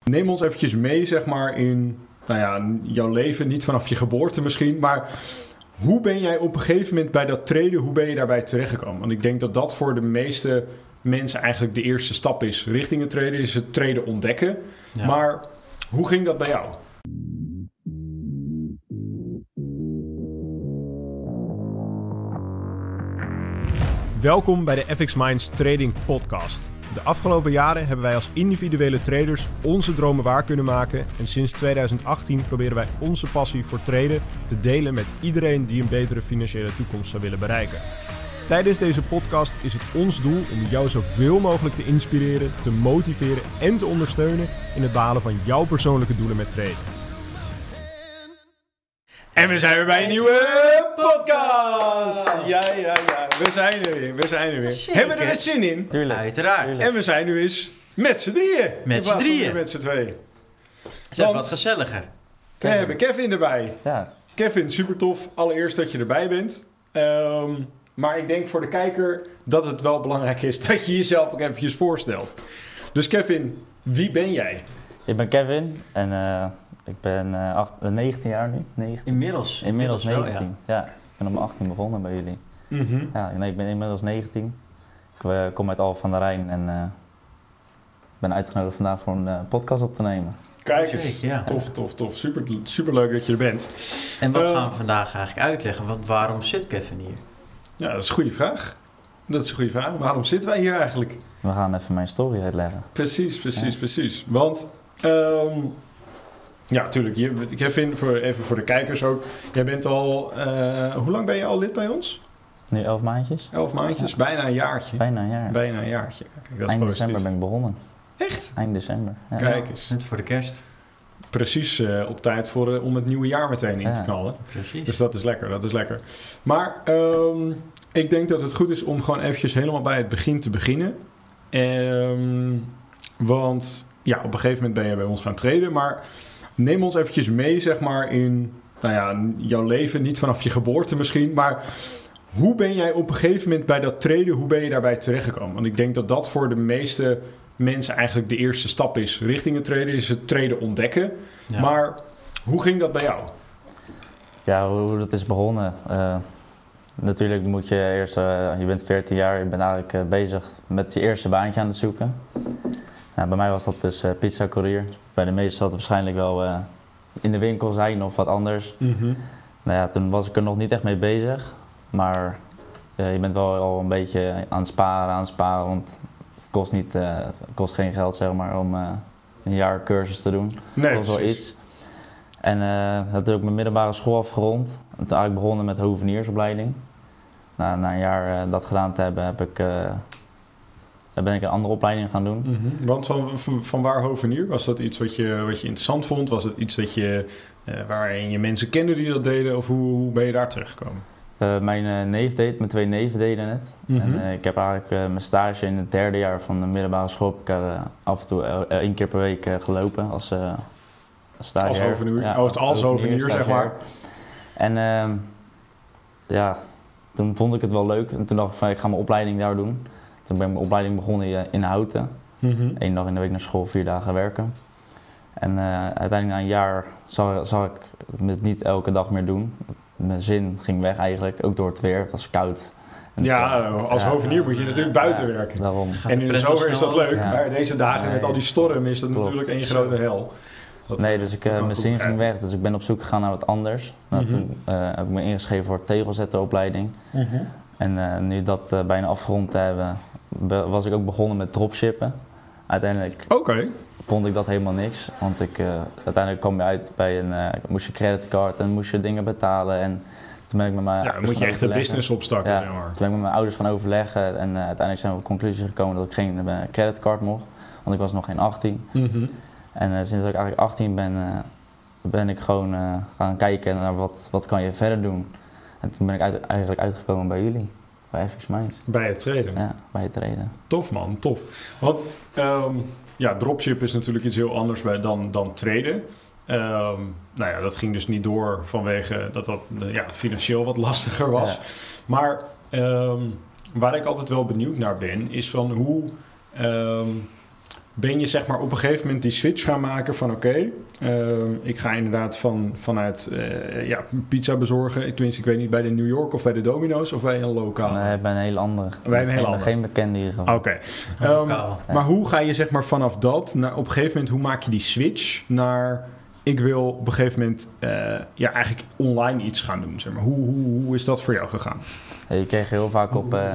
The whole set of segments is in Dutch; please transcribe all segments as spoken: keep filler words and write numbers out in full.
Neem ons eventjes mee, zeg maar, in nou ja, jouw leven. Niet vanaf je geboorte misschien, maar hoe ben jij op een gegeven moment bij dat traden, hoe ben je daarbij terechtgekomen? Want ik denk dat dat voor de meeste mensen eigenlijk de eerste stap is richting het traden, is het traden ontdekken. Ja. Maar hoe ging dat bij jou? Welkom bij de F X Minds Trading Podcast. De afgelopen jaren hebben wij als individuele traders onze dromen waar kunnen maken. En sinds tweeduizend achttien proberen wij onze passie voor traden te delen met iedereen die een betere financiële toekomst zou willen bereiken. Tijdens deze podcast is het ons doel om jou zoveel mogelijk te inspireren, te motiveren en te ondersteunen in het behalen van jouw persoonlijke doelen met traden. En we zijn weer bij een nieuwe podcast! Ja, ja, ja. We zijn er weer. We zijn er weer. Zeker. Hebben we er weer zin in? Tuurlijk. Uiteraard. En we zijn nu eens met z'n drieën. Met z'n drieën. Met z'n tweeën. Het is even wat gezelliger. We hebben Kevin erbij. Ja. Kevin, super tof. Allereerst dat je erbij bent. Um, maar ik denk voor de kijker dat het wel belangrijk is dat je jezelf ook eventjes voorstelt. Dus Kevin, wie ben jij? Ik ben Kevin en uh, ik ben uh, acht, uh, negentien jaar nu. negentien. Inmiddels. Inmiddels negentien. Wel, ja. Ja, ik ben op mijn achttien begonnen bij jullie. Mm-hmm. Ja, nee, ik ben inmiddels negentien. Ik uh, kom uit Alphen aan de Rijn en uh, ben uitgenodigd vandaag voor een uh, podcast op te nemen. Kijk eens, Zeker, ja. tof, tof, tof. Super, super leuk dat je er bent. En wat Uh, gaan we vandaag eigenlijk uitleggen? Want waarom zit Kevin hier? Ja, dat is een goede vraag. Dat is een goede vraag. Waarom zitten wij hier eigenlijk? We gaan even mijn story uitleggen. Precies, precies, Ja. precies. Want, um, ja, natuurlijk. Je, Kevin, voor, even voor de kijkers ook. Jij bent al, uh, hoe lang ben je al lid bij ons? Nu elf maandjes. Elf maandjes, Ja. bijna een jaartje. Bijna een jaar. Bijna een jaartje. Kijk, dat is Eind positief. december ben ik begonnen. Echt? Eind december. Ja. Kijk eens. Net voor de kerst. Precies uh, op tijd voor, uh, om het nieuwe jaar meteen in Ja. te knallen. Precies. Dus dat is lekker, dat is lekker. Maar um, ik denk dat het goed is om gewoon eventjes helemaal bij het begin te beginnen. Um, want ja, op een gegeven moment ben je bij ons gaan traden. Maar neem ons eventjes mee, zeg maar, in nou ja, jouw leven. Niet vanaf je geboorte misschien, maar hoe ben jij op een gegeven moment bij dat traden, hoe ben je daarbij terechtgekomen? Want ik denk dat dat voor de meeste mensen eigenlijk de eerste stap is richting het traden, is het traden ontdekken. Ja. Maar hoe ging dat bij jou? Ja, hoe, hoe dat is begonnen. Uh, natuurlijk moet je eerst, uh, je bent veertien jaar, je bent eigenlijk uh, bezig met je eerste baantje aan het zoeken. Nou, bij mij was dat dus uh, pizza courier. Bij de meesten zal het waarschijnlijk wel uh, in de winkel zijn of wat anders. Mm-hmm. Nou ja, toen was ik er nog niet echt mee bezig. Maar uh, je bent wel al een beetje aan het sparen, aan het sparen. Want het kost, niet, uh, het kost geen geld, zeg maar, om uh, een jaar cursus te doen. Nee, dat was wel iets. En uh, dat heb ik mijn middelbare school afgerond. En toen eigenlijk begonnen met hoveniersopleiding. Nou, na een jaar uh, dat gedaan te hebben, heb ik, uh, ben ik een andere opleiding gaan doen. Mm-hmm. Want van, van, van waar hovenier? Was dat iets wat je, wat je interessant vond? Was het iets dat je, uh, waarin je mensen kende die dat deden? Of hoe, hoe ben je daar terechtgekomen? Uh, mijn uh, neef deed, mijn twee neven deden het. Mm-hmm. En, uh, ik heb eigenlijk uh, mijn stage in het derde jaar van de middelbare school heb ik, uh, af en toe uh, één keer per week uh, gelopen als uh, stagiair. Als hovenier, ja, oh, als, als hovenier, zeg maar. En uh, ja, toen vond ik het wel leuk en toen dacht ik van ik ga mijn opleiding daar doen. Toen ben ik mijn opleiding begonnen in, in Houten. Mm-hmm. Eén dag in de week naar school, vier dagen werken. En uh, uiteindelijk na een jaar zag, zag ik het niet elke dag meer doen. Mijn zin ging weg eigenlijk, ook door het weer. Het was koud. En Ja, het, als ja, hovenier moet je natuurlijk buiten ja, werken. Daarom. En in de zomer is dat leuk, Ja. maar deze dagen Nee, met al die storm is dat klopt. natuurlijk één grote hel. Dat, Nee, dus ik, uh, mijn zin ging weg, dus ik ben op zoek gegaan naar wat anders. Nou, Mm-hmm. Toen uh, heb ik me ingeschreven voor tegelzettenopleiding. Mm-hmm. En uh, nu dat uh, bijna afgerond te hebben, be- was ik ook begonnen met dropshippen. Uiteindelijk Oké. Okay. vond ik dat helemaal niks, want ik, uh, uiteindelijk kwam je uit bij een, uh, moest je creditcard en moest je dingen betalen. En toen ben ik met mijn Ja, dan ouders moet je gaan echt een overleggen. business opstarten. Ja, zeg maar. toen ben ik met mijn ouders gaan overleggen en uh, uiteindelijk zijn we op de conclusie gekomen dat ik geen uh, creditcard mocht, want ik was nog geen achttien. Mm-hmm. En uh, sinds dat ik eigenlijk achttien ben, uh, ben ik gewoon uh, gaan kijken naar wat, wat kan je verder doen. En toen ben ik uit, eigenlijk uitgekomen bij jullie, bij F X Minds. Bij het traden. Ja, bij het traden. Tof man, tof. Want um, ja, dropship is natuurlijk iets heel anders bij dan, dan traden. Um, nou ja, dat ging dus niet door vanwege dat dat ja, financieel wat lastiger was. Ja. Maar um, waar ik altijd wel benieuwd naar ben, is van hoe... Um, ben je zeg maar op een gegeven moment die switch gaan maken van oké, okay, uh, ik ga inderdaad van, vanuit uh, ja, pizza bezorgen. Ik, tenminste, ik weet niet bij de New York of bij de Domino's of bij een lokaal. Nee, bij een hele andere. Bij een hele geen, andere. Geen bekende hier. Oké. Okay. Um, ja. Maar hoe ga je zeg maar vanaf dat, naar, op een gegeven moment, hoe maak je die switch naar... Ik wil op een gegeven moment uh, ja, eigenlijk online iets gaan doen. Zeg maar. hoe, hoe, hoe is dat voor jou gegaan? Ja, je kreeg heel vaak op... Uh,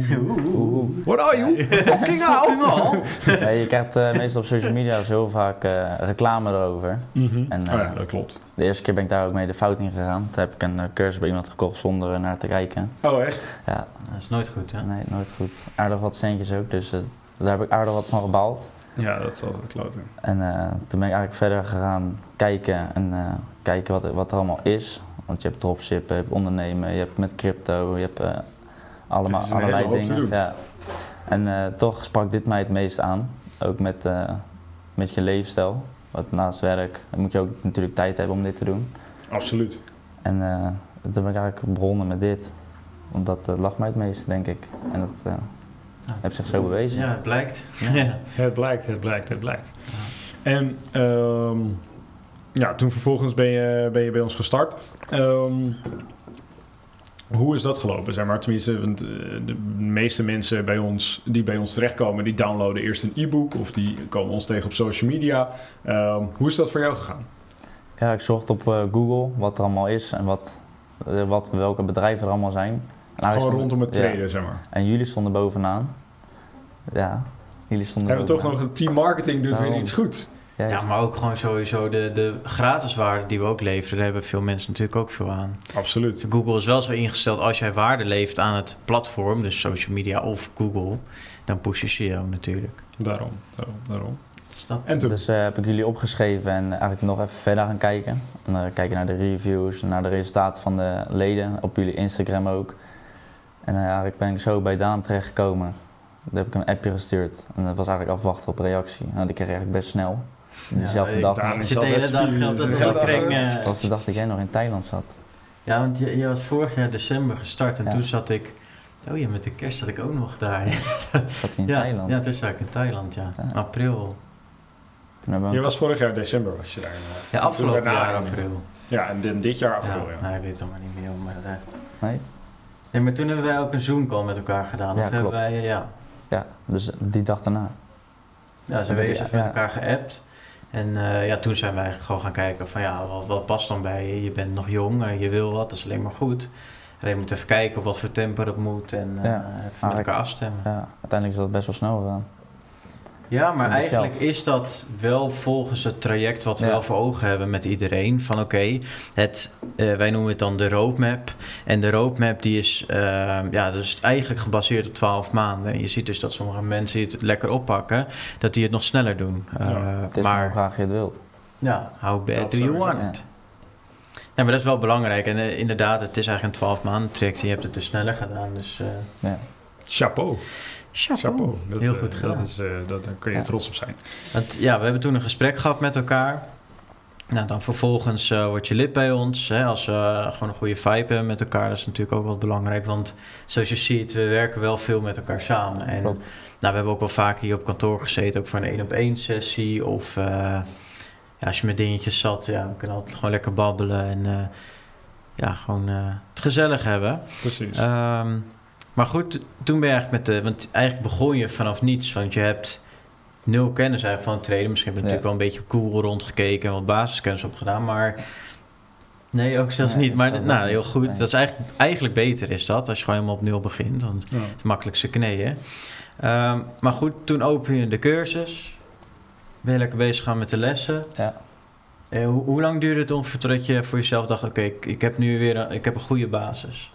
What are you? Fucking hell! Ja, je krijgt uh, meestal op social media dus heel vaak uh, reclame erover. Mm-hmm. En, uh, oh ja, dat klopt. De eerste keer ben ik daar ook mee de fout in gegaan. Toen heb ik een uh, cursus bij iemand gekocht zonder uh, naar te kijken. Oh echt? Ja. Dat is nooit goed, hè? Nee, nooit goed. Aardig wat centjes ook, dus uh, daar heb ik aardig wat van gebaald. Ja, dat is altijd kloten. En uh, toen ben ik eigenlijk verder gegaan kijken en uh, kijken wat, wat er allemaal is. Want je hebt dropshippen, je hebt ondernemen, je hebt met crypto, je hebt uh, allemaal, allerlei dingen. Ja. En uh, toch sprak dit mij het meest aan. Ook met, uh, met je levensstijl. Want naast werk moet je ook natuurlijk tijd hebben om dit te doen. Absoluut. En uh, toen ben ik eigenlijk begonnen met dit. Want dat uh, lag mij het meest, denk ik. En dat... Uh, Ja. Heb zich zo bewezen. Ja, het blijkt. Ja. Het blijkt, het blijkt, het blijkt. Ja. En um, ja, toen vervolgens ben je, ben je bij ons gestart. Um, hoe is dat gelopen? Zeg maar? Tenminste, want de meeste mensen bij ons, die bij ons terechtkomen, die downloaden eerst een e-book of die komen ons tegen op social media. Um, hoe is dat voor jou gegaan? Ja, ik zocht op uh, Google wat er allemaal is en wat, uh, wat, welke bedrijven er allemaal zijn. Gewoon stonden, rondom het traden, ja. zeg maar. En jullie stonden bovenaan. Ja, jullie stonden Hebben we bovenaan. toch nog een team marketing doet weer iets goed. Ja, ja, maar ook gewoon sowieso de, de gratis waarde die we ook leveren, daar hebben veel mensen natuurlijk ook veel aan. Absoluut. Google is wel zo ingesteld, als jij waarde levert aan het platform, dus social media of Google, dan pushen ze je ook natuurlijk. Daarom, daarom, daarom. Dat, en toen? Dus uh, heb ik jullie opgeschreven en eigenlijk nog even verder gaan kijken. En, uh, kijken naar de reviews, naar de resultaten van de leden, op jullie Instagram ook. En uh, eigenlijk ben ik zo bij Daan terechtgekomen. Toen heb ik een appje gestuurd en dat was eigenlijk afwachten op reactie. Nou, die kreeg ik eigenlijk best snel. Diezelfde ja, dag. Daan is de hele dag geld dat we dat kring. Dat was de dag dat jij nog in Thailand zat. Ja, want je, je was vorig jaar december gestart en ja. toen zat ik... Oh ja, met de kerst zat ik ook nog daar. Zat hij in ja, Thailand? Ja, toen zat ik in Thailand, ja. ja. April. Toen je was vorig jaar december was je daar inderdaad. Ja, afgelopen jaar april. Ja, en dit jaar april, ja. ja. Nou, ik weet het allemaal niet meer, maar... Uh, nee? Nee, maar toen hebben wij ook een Zoom-call met elkaar gedaan. Ja, of hebben wij, ja. Ja, dus die dag daarna. Ja, ze hebben eerst even ja. met elkaar geappt. En uh, ja, toen zijn wij gewoon gaan kijken van ja, wat, wat past dan bij je? Je bent nog jong, uh, je wil wat, dat is alleen maar goed. En je moet even kijken op wat voor tempo het moet en uh, ja. even met elkaar afstemmen. Ja, uiteindelijk is dat best wel snel gegaan. Ja, maar eigenlijk is dat wel volgens het traject wat we ja. wel voor ogen hebben met iedereen. Van oké, okay, het uh, wij noemen het dan de roadmap. En de roadmap die is, uh, ja, dus eigenlijk gebaseerd op twaalf maanden. En je ziet dus dat sommige mensen die het lekker oppakken, dat die het nog sneller doen. Uh, ja, het is maar hoe graag je het wilt. Ja, how bad dat do you want it? Ja. Nee, maar dat is wel belangrijk. En uh, inderdaad, het is eigenlijk een twaalf maanden traject. En je hebt het dus sneller gedaan. Dus, uh, ja. Chapeau. Chapeau. Chapeau. Dat, heel goed gedaan. Dat is, uh, dat, daar kun je ja. trots op zijn. Want, ja, we hebben toen een gesprek gehad met elkaar. Nou, dan vervolgens uh, word je lid bij ons. Hè, als we uh, gewoon een goede vibe hebben met elkaar. Dat is natuurlijk ook wel belangrijk. Want zoals je ziet, we werken wel veel met elkaar samen. En nou, we hebben ook wel vaak hier op kantoor gezeten. Ook voor een één-op-één sessie. Of uh, ja, als je met dingetjes zat. Ja, we kunnen altijd gewoon lekker babbelen. En uh, ja, gewoon uh, het gezellig hebben. Precies. Um, Maar goed, toen ben je eigenlijk met de... Want eigenlijk begon je vanaf niets. Want je hebt nul kennis eigenlijk van het traden. Misschien heb je ja. natuurlijk wel een beetje op Google rondgekeken... en wat basiskennis opgedaan, maar... Nee, ook zelfs nee, niet. Maar nou, heel goed. Nee. Dat is eigenlijk, eigenlijk beter is dat... als je gewoon helemaal op nul begint. Want ja. het is makkelijkste knieën. Um, maar goed, toen open je de cursus. Ben je lekker bezig gaan met de lessen. Ja. Uh, hoe, hoe lang duurde het ongeveer totdat je voor jezelf dacht... oké, okay, ik, ik heb nu weer een, ik heb een goede basis...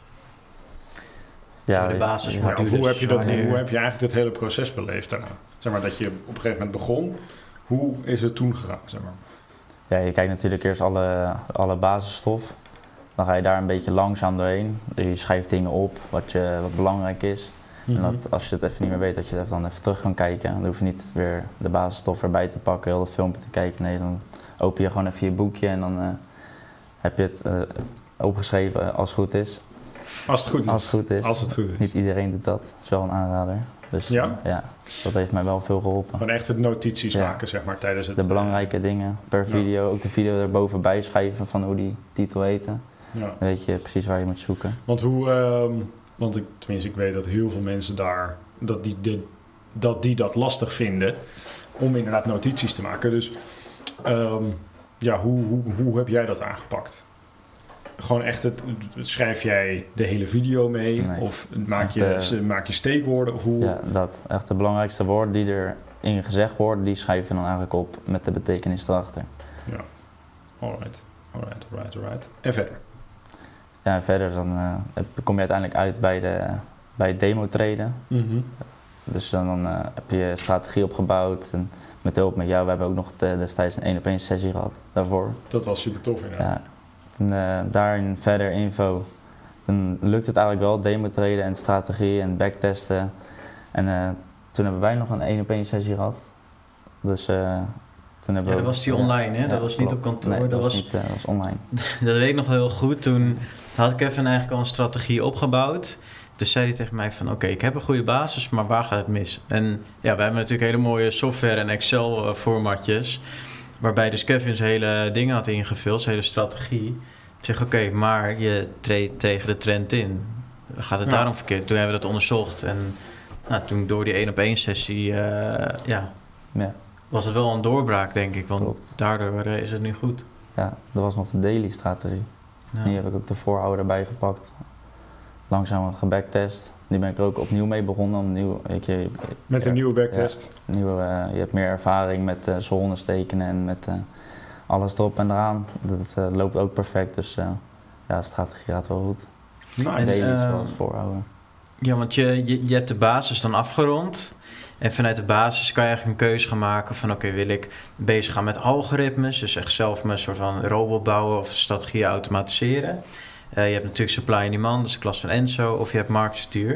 Ja, de basis ja, of hoe heb je dat? Hoe heb je eigenlijk dat hele proces beleefd daarna? Zeg maar dat je op een gegeven moment begon. Hoe is het toen gegaan? Zeg maar? Ja, je kijkt natuurlijk eerst alle, alle basisstof. Dan ga je daar een beetje langzaam doorheen. Je schrijft dingen op wat, je, wat belangrijk is. Mm-hmm. En dat, als je het even niet meer weet, dat je het dan even terug kan kijken. Dan hoef je niet weer de basisstof erbij te pakken, heel het filmpje te kijken. Nee, dan open je gewoon even je boekje en dan uh, heb je het uh, opgeschreven als het goed is. Als het goed is. Als het goed is. Als het goed is. Niet iedereen doet dat. Dat is wel een aanrader. Dus Ja? ja, dat heeft mij wel veel geholpen. Gewoon echt het notities Ja. maken, zeg maar, tijdens het... De belangrijke dingen per video. Ook de video erboven bijschrijven van hoe die titel heette. Ja. Dan weet je precies waar je moet zoeken. Want hoe... ehm, want ik, tenminste, ik weet dat heel veel mensen daar... Dat die, de, dat die dat lastig vinden om inderdaad notities te maken. Dus ehm, ja, hoe, hoe, hoe heb jij dat aangepakt? Gewoon echt, het, schrijf jij de hele video mee? Nee. Of maak je, Echt, uh, maak je steekwoorden? Of hoe? Ja, dat. Echt de belangrijkste woorden die erin gezegd worden, die schrijf je dan eigenlijk op met de betekenis erachter. Ja, alright. Alright, alright, alright. En verder? Ja, en verder dan uh, kom je uiteindelijk uit bij, de, bij het demo treden. Mm-hmm. Dus dan, dan uh, heb je strategie opgebouwd en met hulp met jou. We hebben ook nog de, destijds een één op één sessie gehad daarvoor. Dat was super tof inderdaad. Ja. En, uh, daarin verder info. Dan lukt het eigenlijk wel, demo treden en strategie en backtesten. En uh, toen hebben wij nog een één op één sessie gehad. Dus uh, toen hebben Ja, we dat was die online, hè? Dat was niet op kantoor. Nee, dat, dat was, was niet, uh, dat was online. Dat weet ik nog heel goed. Toen had Kevin eigenlijk al een strategie opgebouwd. Dus zei hij tegen mij van, oké, okay, ik heb een goede basis, maar waar gaat het mis? En ja, we hebben natuurlijk hele mooie software en Excel formatjes, waarbij dus Kevin zijn hele dingen had ingevuld, zijn hele strategie. Ik zeg, oké, okay, maar je treedt tegen de trend in. Gaat het ja. daarom verkeerd? Toen hebben we dat onderzocht. En nou, toen door die één op één sessie, uh, ja, ja, was het wel een doorbraak, denk ik. Want klopt. Daardoor uh, is het nu goed. Ja, dat was nog de daily strategie. Ja. Nu heb ik ook de voorhouder erbij gepakt. Langzaam gebacktest. Nu ben ik er ook opnieuw mee begonnen. Opnieuw, weet je, Met ja, een nieuwe backtest. Ja, nieuwe, uh, je hebt meer ervaring met uh, zones tekenen en met uh, alles erop en eraan. Dat uh, loopt ook perfect. Dus uh, ja, de strategie gaat wel goed. Nice. Daily uh, zoals voorhouder. Ja, want je, je, je hebt de basis dan afgerond. En vanuit de basis kan je eigenlijk een keuze gaan maken van... oké, okay, wil ik bezig gaan met algoritmes? Dus echt zelf mijn soort van robot bouwen of strategieën automatiseren. Uh, je hebt natuurlijk supply and demand, dus de klas van Enzo. Of je hebt marktstuur.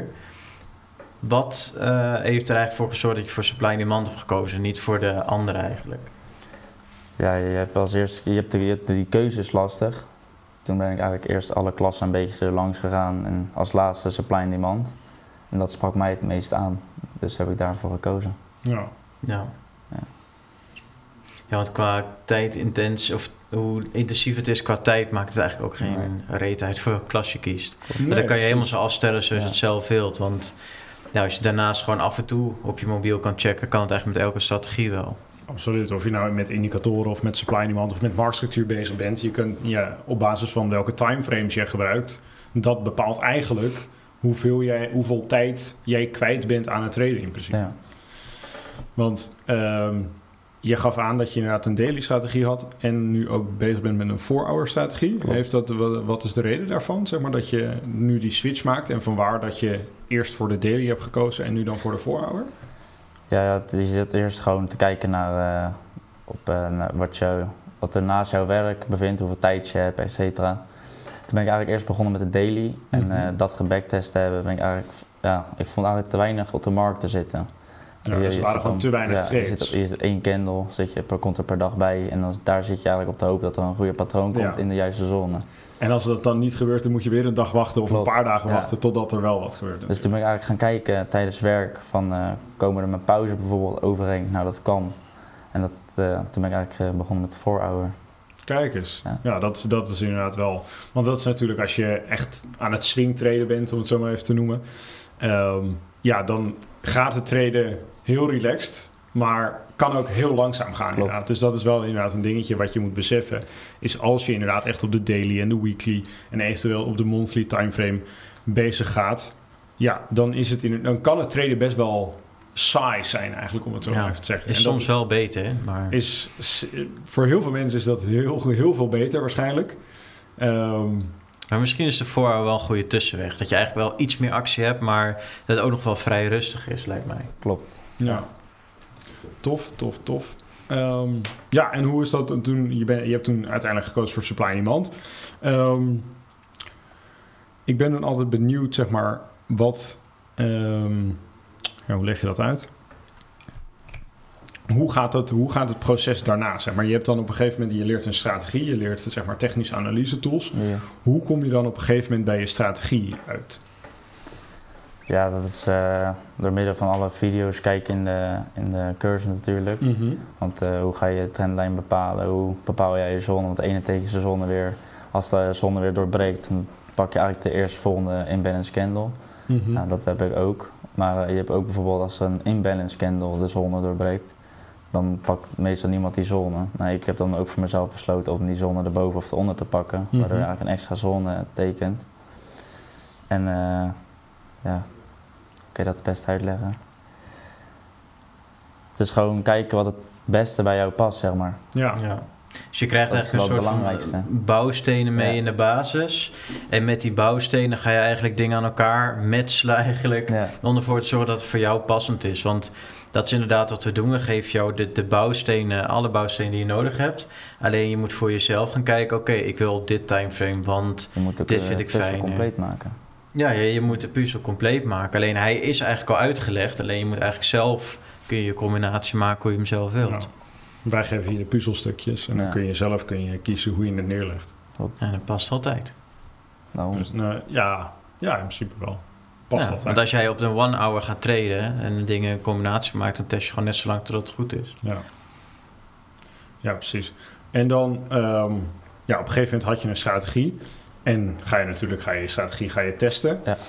Wat uh, heeft er eigenlijk voor gezorgd dat je voor supply and demand hebt gekozen? Niet voor de andere eigenlijk? Ja, je hebt als eerste, je hebt de, je hebt de, die keuze is lastig. Toen ben ik eigenlijk eerst alle klassen een beetje langs gegaan. En als laatste supply and demand. En dat sprak mij het meest aan. Dus heb ik daarvoor gekozen. Ja. Ja. Ja, ja want qua tijd intens, of hoe intensief het is qua tijd, maakt het eigenlijk ook geen nee. reet uit voor welke klas je kiest. Nee, dan kan je precies. helemaal zo afstellen zoals je Ja. het zelf wilt. Want ja, als je daarnaast gewoon af en toe op je mobiel kan checken, kan het eigenlijk met elke strategie wel. Absoluut. Of je nou met indicatoren of met supply and demand of met marktstructuur bezig bent. Je kunt ja, op basis van welke timeframes je gebruikt, dat bepaalt eigenlijk hoeveel, jij, hoeveel tijd jij kwijt bent aan het traden in principe. Ja. Want um, je gaf aan dat je inderdaad een daily strategie had en nu ook bezig bent met een four-hour strategie. Klopt. Heeft dat, wat is de reden daarvan? Zeg maar dat je nu die switch maakt en vanwaar dat je eerst voor de daily hebt gekozen en nu dan voor de four-hour? Ja, ja, je zit eerst gewoon te kijken naar, uh, op, uh, naar wat, jou, wat er naast jouw werk bevindt, hoeveel tijd je hebt, et cetera. Toen ben ik eigenlijk eerst begonnen met de daily en Mm-hmm. uh, dat gebacktest te hebben, ben ik eigenlijk, ja, ik vond eigenlijk te weinig op de markt te zitten. Ja, je, dus er waren gewoon te weinig ja, trades. Je zit, op, je zit één candle, zit je, per, komt er per dag bij en dan, daar zit je eigenlijk op te hopen dat er een goede patroon komt Ja. in de juiste zone. En als dat dan niet gebeurt, dan moet je weer een dag wachten of Klopt. een paar dagen Ja. wachten totdat er wel wat gebeurt. Dus toen ben ik eigenlijk gaan kijken tijdens werk van uh, komen er met pauze bijvoorbeeld overheen. Nou, dat kan. En dat, uh, toen ben ik eigenlijk uh, begonnen met de four-hour. Kijk eens. Ja, Ja. dat, dat is inderdaad wel. Want dat is natuurlijk als je echt aan het swing traden bent, om het zo maar even te noemen. Um, ja, dan gaat het traden heel relaxed, maar kan ook heel langzaam gaan Klopt. inderdaad. Dus dat is wel inderdaad een dingetje wat je moet beseffen. Is als je inderdaad echt op de daily en de weekly en eventueel op de monthly timeframe bezig gaat, ja, dan, is het in, dan kan het traden best wel saai zijn eigenlijk, om het zo Ja, maar even te zeggen. Is En dat soms wel beter, hè, maar... is, is voor heel veel mensen is dat heel, heel veel beter waarschijnlijk. Um, Maar misschien is de four-hour wel een goede tussenweg. Dat je eigenlijk wel iets meer actie hebt, maar dat het ook nog wel vrij rustig is, lijkt mij. Klopt. ja. Tof, tof, tof. Um, ja, en hoe is dat toen? Je, ben, je hebt toen uiteindelijk gekozen voor supply and demand. Um, ik ben dan altijd benieuwd, zeg maar, wat... Um, ja, hoe leg je dat uit? hoe gaat het, hoe gaat het proces daarna? Zeg maar, je hebt dan op een gegeven moment, je leert een strategie, je leert zeg maar, technische analyse tools. Ja. Hoe kom je dan op een gegeven moment bij je strategie uit? Ja, dat is uh, door middel van alle video's kijken in de, in de cursus natuurlijk. Mm-hmm. Want uh, hoe ga je de trendlijn bepalen? Hoe bepaal jij je zone? Want de ene tekent de zone weer. Als de zone weer doorbreekt, dan pak je eigenlijk de eerstvolgende imbalance candle. Mm-hmm. Ja, dat heb ik ook. Maar uh, je hebt ook bijvoorbeeld als een imbalance candle de zone doorbreekt, dan pakt meestal niemand die zone. Nou, ik heb dan ook voor mezelf besloten om die zone erboven of eronder te pakken, mm-hmm. waardoor je eigenlijk een extra zone tekent. En uh, ja, kun je dat het best uitleggen? Het is gewoon kijken wat het beste bij jou past, zeg maar. Ja. ja. Dus je krijgt dat eigenlijk een soort van bouwstenen mee ja. in de basis. En met die bouwstenen ga je eigenlijk dingen aan elkaar metselen eigenlijk. Ja. Om ervoor te zorgen dat het voor jou passend is. Want dat is inderdaad wat we doen. We geven jou de, de bouwstenen, alle bouwstenen die je nodig hebt. Alleen je moet voor jezelf gaan kijken. Oké, okay, ik wil dit timeframe, want je moet ook dit vind ik fijn. Je moet compleet maken. Ja, je, je moet de puzzel compleet maken. Alleen hij is eigenlijk al uitgelegd. Alleen je moet eigenlijk zelf, kun je je combinatie maken hoe je hem zelf wilt. Ja. Wij geven je de puzzelstukjes en ja. dan kun je zelf kun je kiezen hoe je het neerlegt. En dat past altijd. Nou. Dus, nou, ja, ja, in principe wel. Past ja, altijd. Want als jij op een one hour gaat traden en dingen in combinatie maakt, dan test je gewoon net zo lang tot het goed is. Ja, ja precies. En dan, um, ja, op een gegeven moment had je een strategie. En ga je natuurlijk, ga je, je strategie ga je testen. Ja.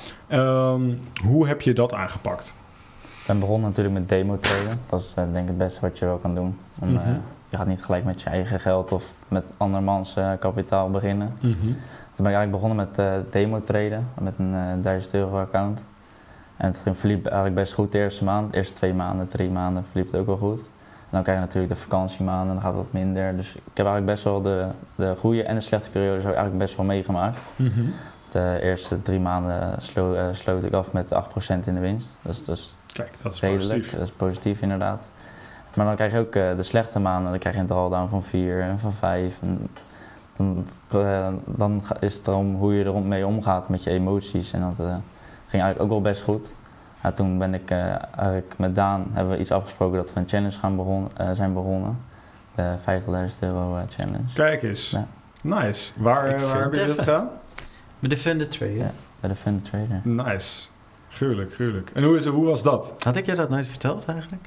Um, hoe heb je dat aangepakt? Ik ben begonnen natuurlijk met demo traden. Dat is uh, denk ik het beste wat je wel kan doen. Om, mm-hmm. uh, je gaat niet gelijk met je eigen geld of met andermans uh, kapitaal beginnen. Mm-hmm. Toen ben ik eigenlijk begonnen met uh, demo traden, met een uh, duizend euro account. En het verliep eigenlijk best goed de eerste maand. De eerste twee maanden, drie maanden verliep het ook wel goed. En dan krijg je natuurlijk de vakantiemaanden, dan gaat het wat minder. Dus ik heb eigenlijk best wel de, de goede en de slechte periodes eigenlijk best wel meegemaakt. Mm-hmm. De eerste drie maanden slo- uh, sloot ik af met acht procent in de winst. Dus, dus Kijk, dat is redelijk. positief. Dat is positief inderdaad. Maar dan krijg je ook uh, de slechte maanden, dan krijg je een drawdown van vier en van vijf. En dan, uh, dan is het erom hoe je er mee omgaat met je emoties. En dat uh, ging eigenlijk ook wel best goed. Ja, toen ben ik uh, eigenlijk met Daan hebben we iets afgesproken dat we een challenge gaan begon, uh, zijn begonnen. De vijftigduizend euro uh, challenge. Kijk eens. Ja. Nice. Waar, uh, waar heb je dat gedaan? Bij de Defender Trader. Ja, bij de Defender Trader. Nice. Gruwelijk, gruwelijk. En hoe, is, hoe was dat? Had ik je dat nooit verteld eigenlijk?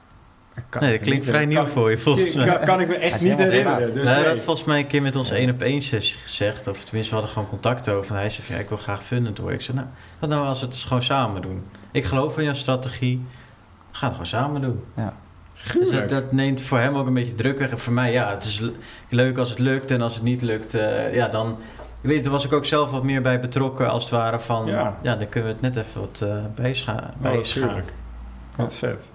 Kan nee, dat klinkt vrij nieuw voor je volgens mij. Kan, kan ik me echt niet herinneren. Dus nou, nee. dat had volgens mij een keer met ons één op één sessie gezegd. Of tenminste, we hadden gewoon contact over. En hij zei van, ja, ik wil graag funded worden. Ik zei, nou, wat nou als we het gewoon samen doen? Ik geloof in jouw strategie. Ga het gewoon samen doen. Ja. Dus dat, dat neemt voor hem ook een beetje druk weg. En voor mij, ja, het is le- leuk als het lukt. En als het niet lukt, uh, ja, dan... Je weet, daar was ik ook zelf wat meer bij betrokken als het ware van... Ja, ja dan kunnen we het net even wat uh, bijscha- bijschaven. Oh, wat vet.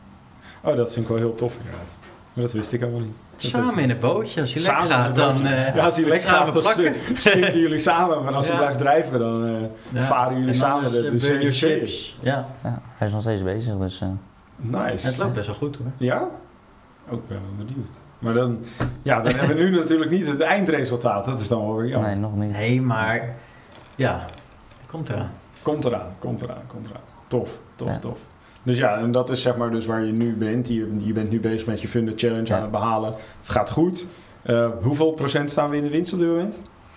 Oh, dat vind ik wel heel tof inderdaad. Maar dat wist ik helemaal niet. Dat samen is, in een bootje. Als je lek samen gaat, dan... Uh, ja, als je lek gaat, dan zinken jullie samen. Maar als ja. je blijft drijven, dan uh, ja. varen jullie samen de, de zeven ships. Ja. ja, hij is nog steeds bezig, dus... Uh... Nice. En het loopt best wel goed hoor. Ja? Ook ben wel benieuwd. Maar dan, ja, dan hebben we nu natuurlijk niet het eindresultaat. Dat is dan wel weer jammer. Nee, nog niet. Nee, maar... Ja, komt eraan. Komt eraan, komt eraan, komt eraan. Tof, tof, ja. tof. Dus ja, en dat is zeg maar dus waar je nu bent. Je, je bent nu bezig met je Funded Challenge ja. aan het behalen. Het gaat goed. Uh, hoeveel procent staan we in de winst op dit moment?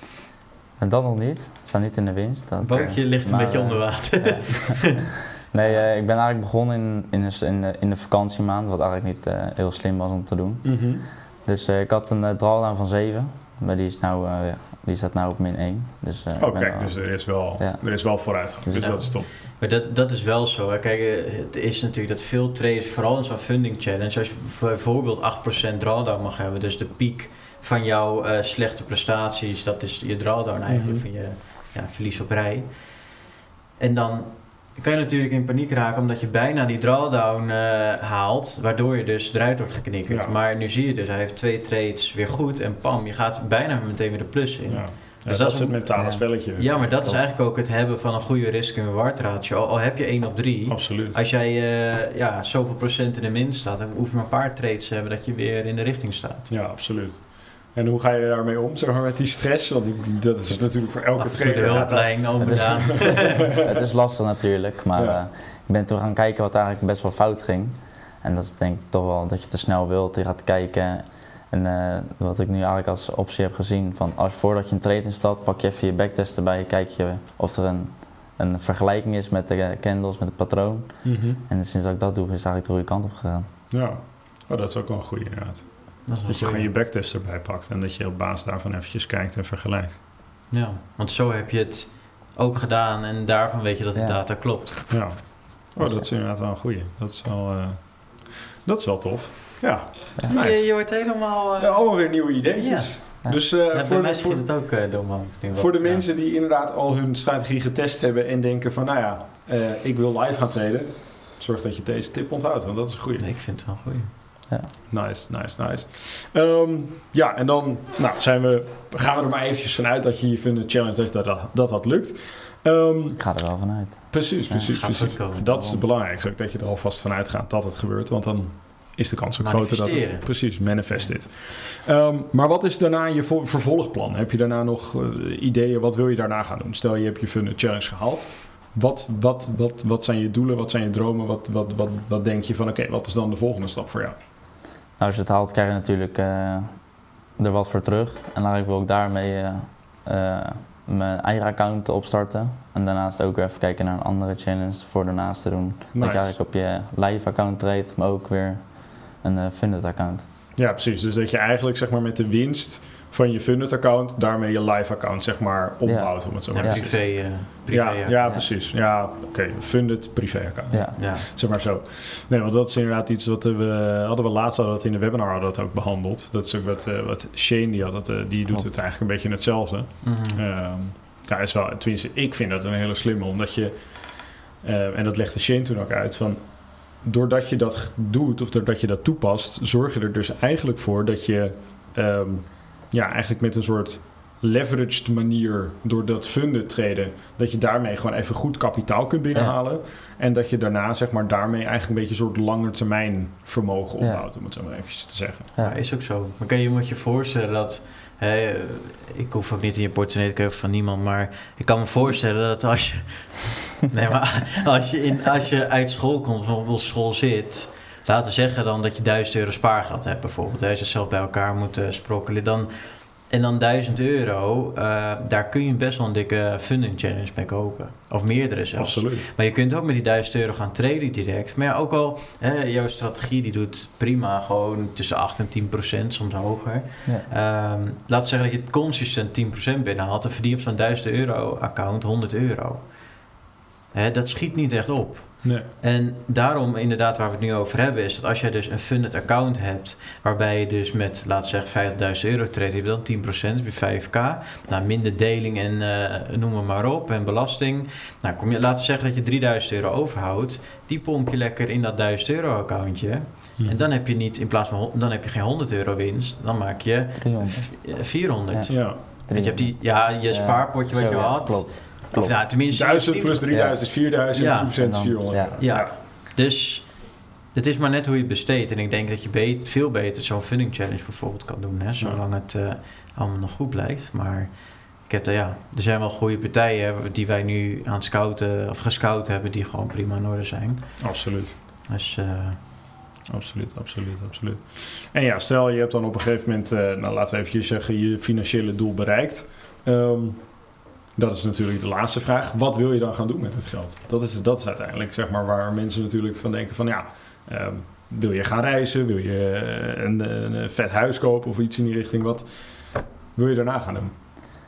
En dat nog niet. We staan niet in de winst. Het bootje uh, ligt een maar, beetje onder water. Ja. Nee, uh, ik ben eigenlijk begonnen in, in, de, in, de, in de vakantiemaand. Wat eigenlijk niet uh, heel slim was om te doen. Mm-hmm. Dus uh, ik had een uh, drawdown van zeven. Maar die, is nou, uh, die staat nu op min één. Dus, uh, oh kijk, dus er is wel, ja. er is wel vooruitgang. Dus, dus ja. dat is top. Maar dat, dat is wel zo. Hè. Kijk, het is natuurlijk dat veel traders, vooral in zo'n funding challenge, als je bijvoorbeeld acht procent drawdown mag hebben, dus de piek van jouw uh, slechte prestaties, dat is je drawdown eigenlijk, mm-hmm. van je ja, verlies op rij. En dan kan je natuurlijk in paniek raken omdat je bijna die drawdown uh, haalt, waardoor je dus eruit wordt geknikkerd. Ja. Maar nu zie je dus, hij heeft twee trades weer goed en pam, je gaat bijna meteen weer de plus in. Ja. Dus ja, dat, dat is het mentale ja. spelletje. Ja, maar dat is eigenlijk ook het hebben van een goede risk- en reward ratio. Al, al heb je één op drie. Absoluut. Als jij uh, ja, zoveel procent in de min staat, dan hoef je maar een paar trades te hebben dat je weer in de richting staat. Ja, absoluut. En hoe ga je daarmee om, zeg maar, met die stress? Want die, dat is natuurlijk voor elke trainer. De hulplijn, omgedaan. Het is lastig natuurlijk, maar ja. uh, ik ben toen gaan kijken wat eigenlijk best wel fout ging. En dat is denk ik toch wel dat je te snel wilt, je gaat kijken. En uh, wat ik nu eigenlijk als optie heb gezien, van als voordat je een trade instapt, pak je even je backtest erbij, kijk je of er een, een vergelijking is met de candles, met het patroon. Mm-hmm. En sinds dat ik dat doe, is eigenlijk de goede kant op gegaan. Ja, oh, dat is ook wel een goede inderdaad. Dat, dat je gewoon je backtest erbij pakt en dat je op basis daarvan eventjes kijkt en vergelijkt. Ja, want zo heb je het ook gedaan en daarvan weet je dat de ja. data klopt. Ja, oh, dat is inderdaad wel een goeie. Dat is wel, uh, dat is wel tof. Ja, ja. Nice. Je, je wordt helemaal... Uh... Ja, allemaal weer nieuwe ideetjes. Ja. Dus, uh, ja, voor mij de, voor, het ook uh, door man. Voor de ja. mensen die inderdaad al hun strategie getest hebben en denken van, nou ja, uh, ik wil live gaan traden, zorg dat je deze tip onthoudt, want dat is een goeie. Nee, ik vind het wel een goeie. Ja. Nice, nice, nice. Um, ja, en dan nou, zijn we, gaan we er maar eventjes vanuit dat je je vindt challenge dat dat, dat dat lukt. Um, ik ga er wel vanuit. Precies, precies, ja, precies. Dat is het belangrijkste, dat je er alvast vanuit gaat dat het gebeurt, want dan is de kans ook groter dat het... Precies, manifest it. Um, maar wat is daarna je vo- vervolgplan? Heb je daarna nog uh, ideeën, wat wil je daarna gaan doen? Stel je hebt je Funded Challenge gehaald. Wat, wat, wat, wat zijn je doelen, wat zijn je dromen? Wat, wat, wat, wat denk je van, oké, okay, wat is dan de volgende stap voor jou? Nou, als je het haalt, krijg je natuurlijk uh, er wat voor terug. En dan wil ik daarmee uh, uh, mijn eigen account opstarten. En daarnaast ook weer even kijken naar een andere challenge voor daarnaast te doen. Nice. Dat je eigenlijk op je live account treedt, maar ook weer een uh, Funded account. Ja, precies. Dus dat je eigenlijk zeg maar met de winst van je Funded account daarmee je live account zeg maar opbouwt. Ja. Om het zo ja, maar privé, uh, privé ja, ja, ja, precies. Ja, oké. Okay. Funded privé account. Ja. Ja. Zeg maar zo. Nee, want dat is inderdaad iets wat we hadden we laatst hadden we dat in de webinar hadden we dat ook behandeld. Dat is ook wat, uh, wat Shane die had dat, uh, die doet Klopt. Het eigenlijk een beetje hetzelfde. Mm-hmm. Um, ja, is wel, tenminste, ik vind dat een hele slimme, omdat je uh, en dat legde Shane toen ook uit van. Doordat je dat doet of doordat je dat toepast, zorg je er dus eigenlijk voor dat je um, ja, eigenlijk met een soort leveraged manier door dat funded traden, dat je daarmee gewoon even goed kapitaal kunt binnenhalen. Ja. En dat je daarna zeg maar daarmee eigenlijk een beetje een soort langetermijn vermogen opbouwt, ja. om het zo maar eventjes te zeggen. Ja, is ook zo. Maar kan je moet je voorstellen dat Hey, ik hoef ook niet in je portemonnee te kopen van niemand, maar ik kan me voorstellen dat als je, nee, maar als je, in, als je uit school komt of op school zit, laten we zeggen dan dat je duizend euro spaargeld hebt bijvoorbeeld, als je zelf bij elkaar moet uh, sprokkelen, dan, en dan duizend euro, uh, daar kun je best wel een dikke funding challenge mee kopen. Of meerdere zelfs. Absoluut. Maar je kunt ook met die duizend euro gaan traden direct. Maar ja, ook al, hè, jouw strategie die doet prima, gewoon tussen acht en tien procent, soms hoger. Ja. Um, laten we zeggen dat je consistent tien procent binnenhaalt, dan verdien je op zo'n duizend euro account honderd euro. Hè, dat schiet niet echt op. Nee. En daarom inderdaad waar we het nu over hebben is dat als je dus een funded account hebt waarbij je dus met, laten we zeggen, vijftigduizend euro treedt, heb je dan tien procent, heb je vijf k. Nou, minder deling en uh, noem het maar op en belasting. Nou, kom je, laten we zeggen dat je drieduizend euro overhoudt, die pomp je lekker in dat duizend euro accountje. Hmm. En dan heb je niet, in plaats van, dan heb je geen honderd euro winst, dan maak je vierhonderd. Ja. Want je hebt die, ja, je spaarpotje wat Zo, je ja, had. Klopt. Of nou, tenminste duizend plus drieduizend is vierduizend, ja. tien procent is vierhonderd. Ja. Ja. ja, dus het is maar net hoe je het besteedt. En ik denk dat je beet, veel beter zo'n funding challenge bijvoorbeeld kan doen, hè, zolang ja. het uh, allemaal nog goed blijft. Maar ik heb er, ja, er zijn wel goede partijen die wij nu aan het scouten of gescout hebben, die gewoon prima in orde zijn. Absoluut. Dus, uh, Absoluut, absoluut, absoluut. En ja, stel je hebt dan op een gegeven moment, uh, nou laten we even zeggen, je financiële doel bereikt. Um, Dat is natuurlijk de laatste vraag. Wat wil je dan gaan doen met het geld? Dat is, dat is uiteindelijk zeg maar, waar mensen natuurlijk van denken van ja, um, wil je gaan reizen? Wil je een, een vet huis kopen of iets in die richting? Wat wil je daarna gaan doen?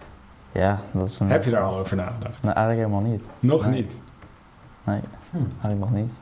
Ja, dat is een... Heb je daar al over nagedacht? Nee, eigenlijk helemaal niet. Nog nee. niet? Nee, hm. eigenlijk nog niet.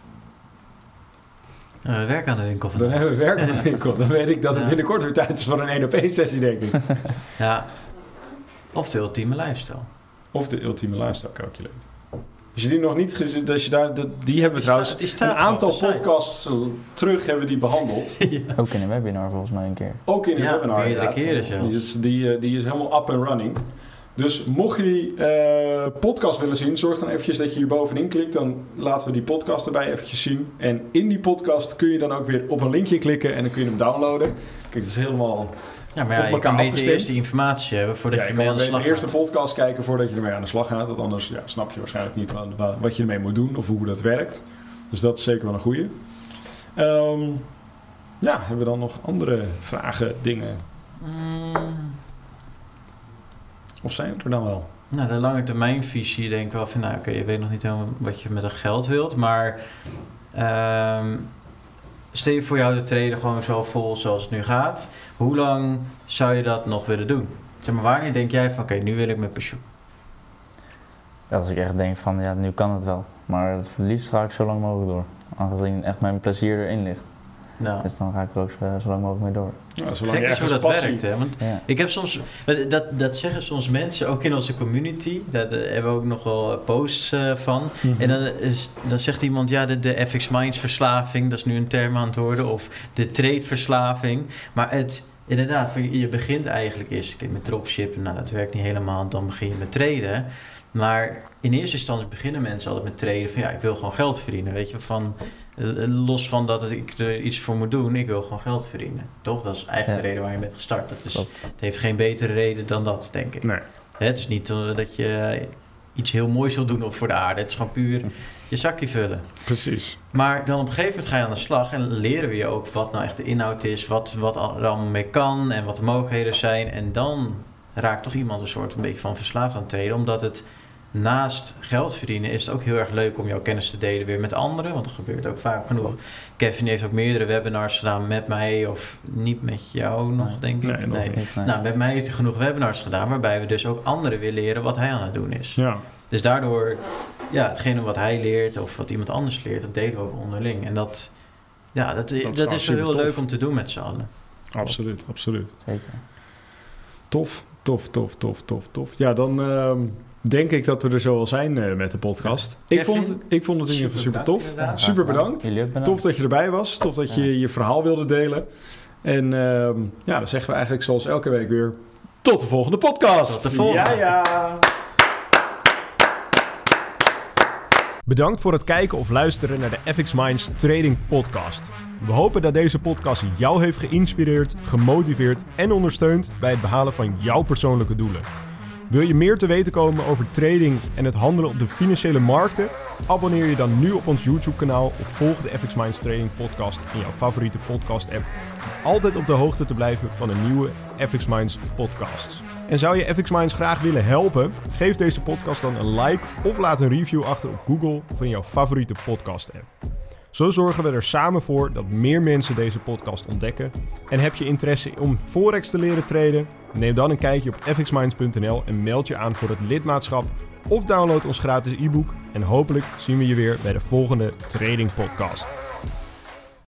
Uh, we werken aan de winkel vandaag. Dan hebben we werk aan de winkel. Dan weet ik dat het ja. binnenkort weer tijd is voor een één op één sessie, denk ik. Ja, of de ultieme lifestyle. Of de ultieme lifestyle calculator. Als je die nog niet gezien, dat je daar, dat, die hebben we die trouwens staat, die staat een aantal podcasts terug hebben die behandeld. Ja. Ook in een webinar volgens mij een keer. Ook in een ja, webinar. meerdere keren zelfs. Die is, die, die is helemaal up and running. Dus mocht je die uh, podcast willen zien, zorg dan eventjes dat je hier bovenin klikt. Dan laten we die podcast erbij eventjes zien. En in die podcast kun je dan ook weer op een linkje klikken en dan kun je hem downloaden. Kijk, het is helemaal... Ja, maar ja, je kan beter eerst die informatie hebben voordat ja, je, je mee aan de slag gaat. eerst de podcast kijken voordat je ermee aan de slag gaat. Want anders ja, snap je waarschijnlijk niet wat, wat je ermee moet doen of hoe dat werkt. Dus dat is zeker wel een goeie. Um, ja, hebben we dan nog andere vragen, dingen? Mm. Of zijn we er dan wel? Nou, de lange termijnvisie denk ik wel van... Nou, oké, okay, je weet nog niet helemaal wat je met dat geld wilt. Maar um, stel je voor jou de trader gewoon zo vol zoals het nu gaat. Hoe lang zou je dat nog willen doen? Zeg maar, wanneer denk jij van... Oké, okay, nu wil ik met pensioen? Ja, als ik echt denk van, ja, nu kan het wel. Maar het liefst ga ik zo lang mogelijk door. Aangezien echt mijn plezier erin ligt. Nou. Dus dan ga ik er ook zo, zo lang mogelijk mee door. Ja, zolang Gek is hoe dat passie... werkt, hè? Want ja. ik heb soms... Dat, dat zeggen soms mensen, ook in onze community. Daar hebben we ook nog wel posts uh, van. Mm-hmm. En dan, is, dan zegt iemand, ja, de, de F X Minds verslaving. Dat is nu een term aan het worden. Of de trade verslaving. Maar het... Inderdaad, je begint eigenlijk eerst met dropshippen. Nou, dat werkt niet helemaal. Dan begin je met traden. Maar in eerste instantie beginnen mensen altijd met traden van... Ja, ik wil gewoon geld verdienen, weet je. Van... Los van dat ik er iets voor moet doen, ik wil gewoon geld verdienen. Toch? Dat is eigenlijk ja. de reden waar je bent gestart. Dat is, het heeft geen betere reden dan dat, denk ik. Nee. Het is niet dat je iets heel moois wil doen voor de aarde. Het is gewoon puur je zakje vullen. Precies. Maar dan op een gegeven moment ga je aan de slag en leren we je ook wat nou echt de inhoud is, wat, wat er allemaal mee kan en wat de mogelijkheden zijn. En dan raakt toch iemand een soort een beetje van verslaafd aan traden, omdat het naast geld verdienen is het ook heel erg leuk om jouw kennis te delen weer met anderen. Want dat gebeurt ook vaak genoeg. Kevin heeft ook meerdere webinars gedaan met mij. Of niet met jou nog, nee. denk ik. Nee, nog nee. niet. Nee. Nou, met mij heeft hij genoeg webinars gedaan. Waarbij we dus ook anderen weer leren wat hij aan het doen is. Ja. Dus daardoor, ja, hetgene wat hij leert of wat iemand anders leert, dat delen we ook onderling. En dat, ja, dat, dat, dat is wel heel tof. Leuk om te doen met z'n allen. Absoluut, absoluut. Zeker. Tof, tof, tof, tof, tof, tof. Ja, dan... Uh, denk ik dat we er zo al zijn uh, met de podcast. Ja. Ik, vond het, ik vond het in ieder geval super tof. Ja, super bedankt. bedankt. Tof dat je erbij was. Tof dat je ja. je verhaal wilde delen. En uh, ja, dan zeggen we eigenlijk zoals elke week weer... Tot de volgende podcast. Tot de volgende. Ja, ja. Bedankt voor het kijken of luisteren naar de F X Minds Trading Podcast. We hopen dat deze podcast jou heeft geïnspireerd, gemotiveerd en ondersteund bij het behalen van jouw persoonlijke doelen. Wil je meer te weten komen over trading en het handelen op de financiële markten? Abonneer je dan nu op ons YouTube-kanaal of volg de F X Minds Trading Podcast in jouw favoriete podcast-app. Om altijd op de hoogte te blijven van een nieuwe F X Minds podcasts. En zou je F X Minds graag willen helpen? Geef deze podcast dan een like of laat een review achter op Google of in jouw favoriete podcast-app. Zo zorgen we er samen voor dat meer mensen deze podcast ontdekken. En heb je interesse om Forex te leren traden? Neem dan een kijkje op f x minds punt n l en meld je aan voor het lidmaatschap. Of download ons gratis e-book. En hopelijk zien we je weer bij de volgende Trading Podcast.